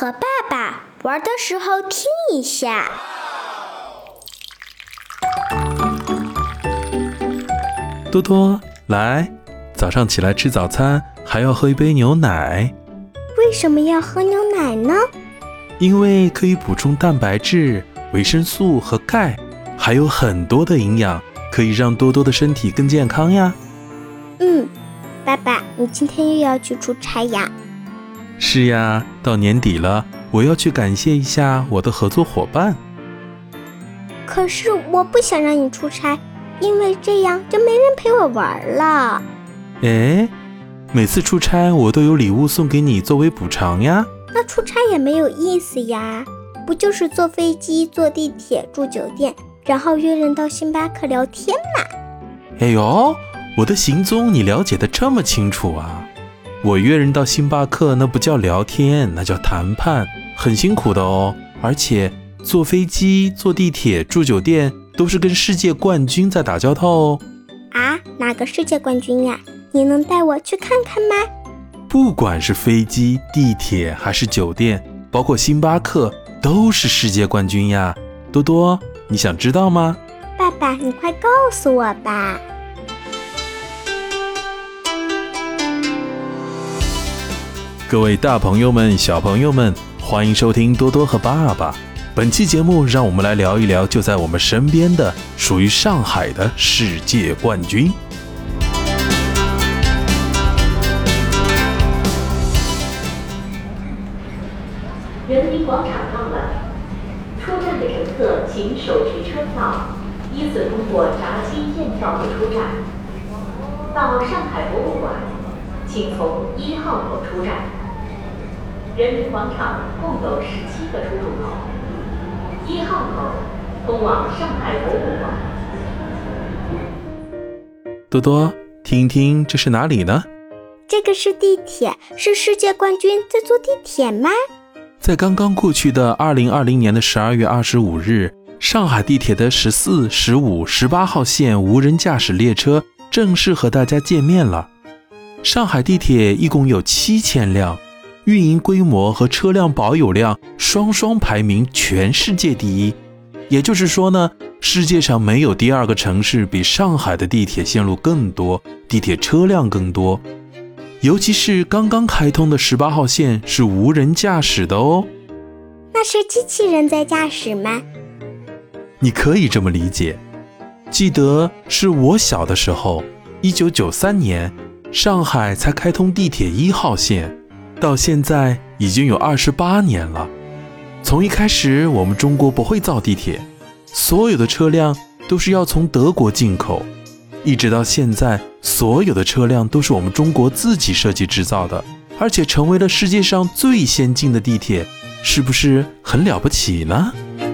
和爸爸玩的时候听一下。 多多，来，早上起来吃早餐还要喝一杯牛奶。 为什么要喝牛奶呢？ 因为可以补充蛋白质、维生素和钙，还有很多的营养，可以让多多的身体更健康呀。 爸爸，你今天又要去出差呀？ 是呀，到年底了，我要去感谢一下我的合作伙伴。 可是我不想让你出差，因为这样就没人陪我玩了。 每次出差我都有礼物送给你作为补偿呀。 那出差也没有意思呀，不就是坐飞机、坐地铁、住酒店，然后约人到星巴克聊天嘛？ 哎呦，我的行踪你了解得这么清楚啊！我约人到星巴克那不叫聊天，那叫谈判，很辛苦的哦。而且坐飞机、坐地铁、住酒店都是跟世界冠军在打交道哦。 啊，哪个世界冠军呀？你能带我去看看吗？ 不管是飞机、地铁还是酒店，包括星巴克，都是世界冠军呀。多多，你想知道吗？ 爸爸，你快告诉我吧。 各位大朋友们、小朋友们，欢迎收听多多和爸爸。本期节目让我们来聊一聊就在我们身边的属于上海的世界冠军。 人民广场到了，出站的乘客请手持车票，依次通过闸机验票口出站。到上海博物馆，请从1号口出站。人民广场共有17个出入口，1号口通往上海博物馆。 多多，听听这是哪里呢？ 这个是地铁，是世界冠军在坐地铁吗？ 在刚刚过去的2020年的12月25日，上海地铁的14、15、18号线无人驾驶列车正式和大家见面了。上海地铁一共有7000辆，运营规模和车辆保有量双双排名全世界第一。也就是说呢，世界上没有第二个城市比上海的地铁线路更多，地铁车辆更多。尤其是刚刚开通的18号线是无人驾驶的哦。 那是机器人在驾驶吗？ 你可以这么理解。记得是我小的时候，1993年，上海才开通地铁1号线，到现在已经有28年了。从一开始我们中国不会造地铁，所有的车辆都是要从德国进口，一直到现在，所有的车辆都是我们中国自己设计制造的，而且成为了世界上最先进的地铁，是不是很了不起呢？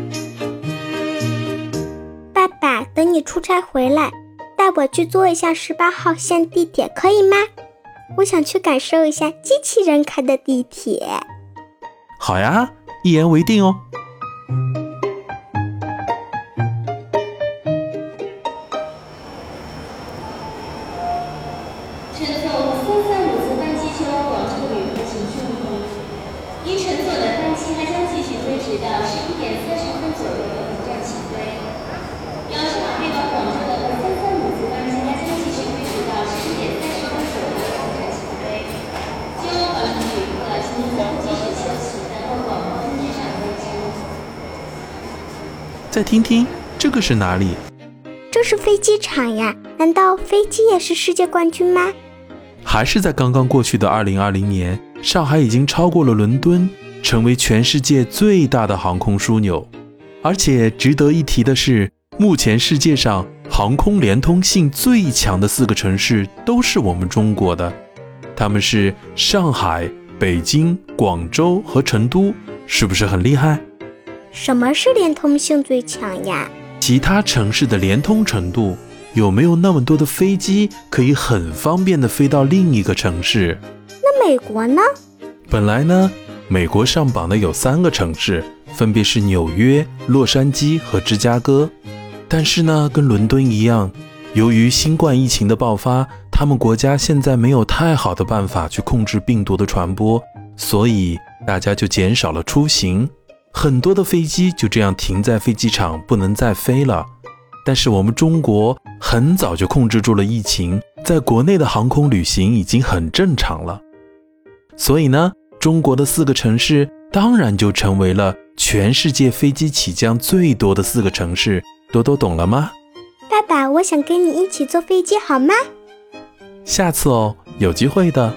爸爸，等你出差回来，带我去坐一下18号线地铁可以吗？我想去感受一下机器人开的地铁。 好呀，一言为定哦。 乘坐335次班机前往广州旅客请注意，您乘坐的班机还将继续推迟到11点30分左右的本站起飞。要是飞往广州的335次班机还将继续推迟到11点30分左右的本站起飞。前往广州的旅客请您在不及时休息，在后广播通知上通知。 再听听，这个是哪里？ 这是飞机场呀，难道飞机也是世界冠军吗？ 还是在刚刚过去的2020年，上海已经超过了伦敦，成为全世界最大的航空枢纽。而且值得一提的是，目前世界上航空连通性最强的4个城市都是我们中国的，他们是上海、北京、广州和成都，是不是很厉害？ 什么是连通性最强呀？ 其他城市的连通程度，有没有那么多的飞机可以很方便地飞到另一个城市？ 那美国呢？ 本来呢，美国上榜的有3个城市，分别是纽约、洛杉矶和芝加哥。但是呢，跟伦敦一样，由于新冠疫情的爆发，他们国家现在没有太好的办法去控制病毒的传播，所以大家就减少了出行，很多的飞机就这样停在飞机场不能再飞了。但是我们中国很早就控制住了疫情，在国内的航空旅行已经很正常了。所以呢，中国的4个城市当然就成为了全世界飞机起降最多的4个城市。多多懂了吗？ 爸爸，我想跟你一起坐飞机好吗？ 下次哦，有机会的。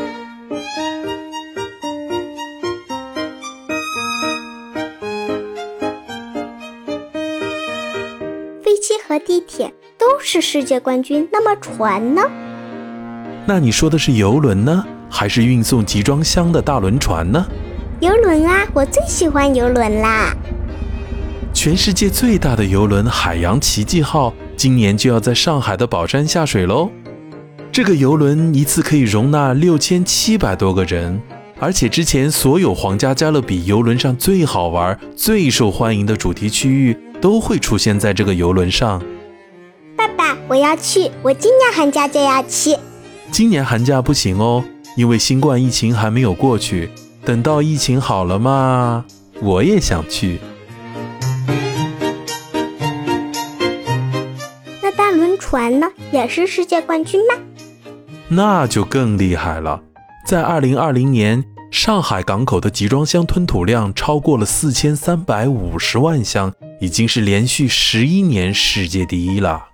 飞机和地铁都是世界冠军，那么船呢？ 那你说的是邮轮呢，还是运送集装箱的大轮船呢？ 邮轮啊，我最喜欢邮轮啦。 全世界最大的邮轮海洋奇迹号今年就要在上海的宝山下水喽。这个邮轮一次可以容纳6700多个人，而且之前所有皇家加勒比邮轮上最好玩、最受欢迎的主题区域都会出现在这个邮轮上。 爸爸，我要去，我今年寒假就要去。 今年寒假不行哦，因为新冠疫情还没有过去，等到疫情好了嘛，我也想去。 那大轮船呢，也是世界冠军吗？ 那就更厉害了。在2020年，上海港口的集装箱吞吐量超过了4350万箱，已经是连续11年世界第一了。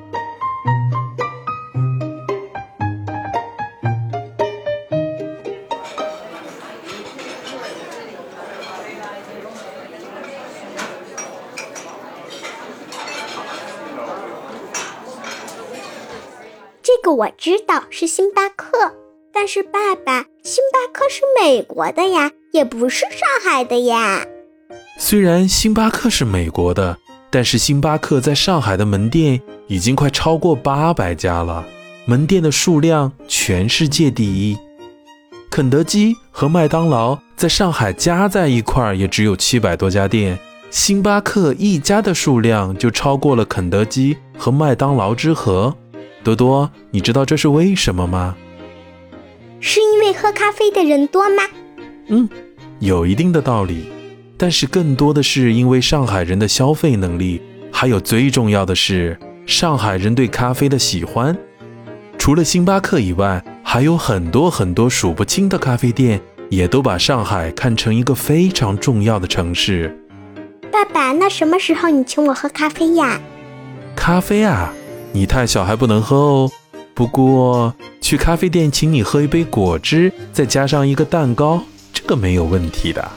这个我知道，是星巴克。但是爸爸，星巴克是美国的呀，也不是上海的呀。 虽然星巴克是美国的，但是星巴克在上海的门店已经快超过800家了，门店的数量全世界第一。肯德基和麦当劳在上海加在一块也只有700多家店，星巴克一家的数量就超过了肯德基和麦当劳之和。多多，你知道这是为什么吗？ 是因为喝咖啡的人多吗？ 有一定的道理，但是更多的是因为上海人的消费能力，还有最重要的是上海人对咖啡的喜欢。除了星巴克以外，还有很多数不清的咖啡店也都把上海看成一个非常重要的城市。 爸爸，那什么时候你请我喝咖啡呀？ 咖啡啊，你太小还不能喝哦。不过去咖啡店请你喝一杯果汁，再加上一个蛋糕，这个没有问题的。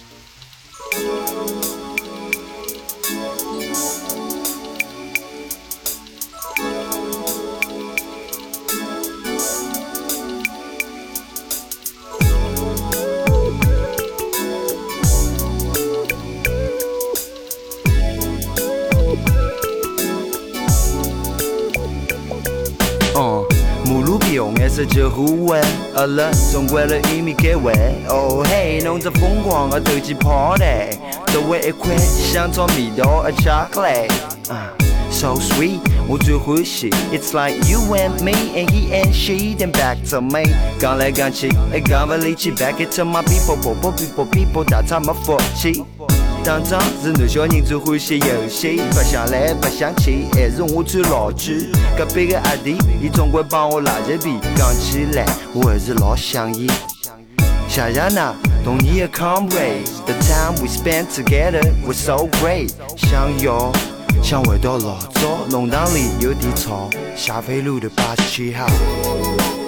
马路边颜色就互换，饿了总为了一米开胃。哦嘿，弄着疯狂的斗鸡 party， 都为一块香草味道的巧克力。So sweet， 我最欢喜。It's like you and me and he and she then back to me。讲来讲去，讲不离去 ，back it to my people，大他没福气。当仗是男小人最欢喜游戏，白相来白相去，还是我最老句。隔壁个阿弟，伊总归帮我拉着皮，讲起来我还是老想伊。谢谢那童年的 comrades，the time we spent together was so great。想回到老早，弄堂里有点吵，下飞路的87号。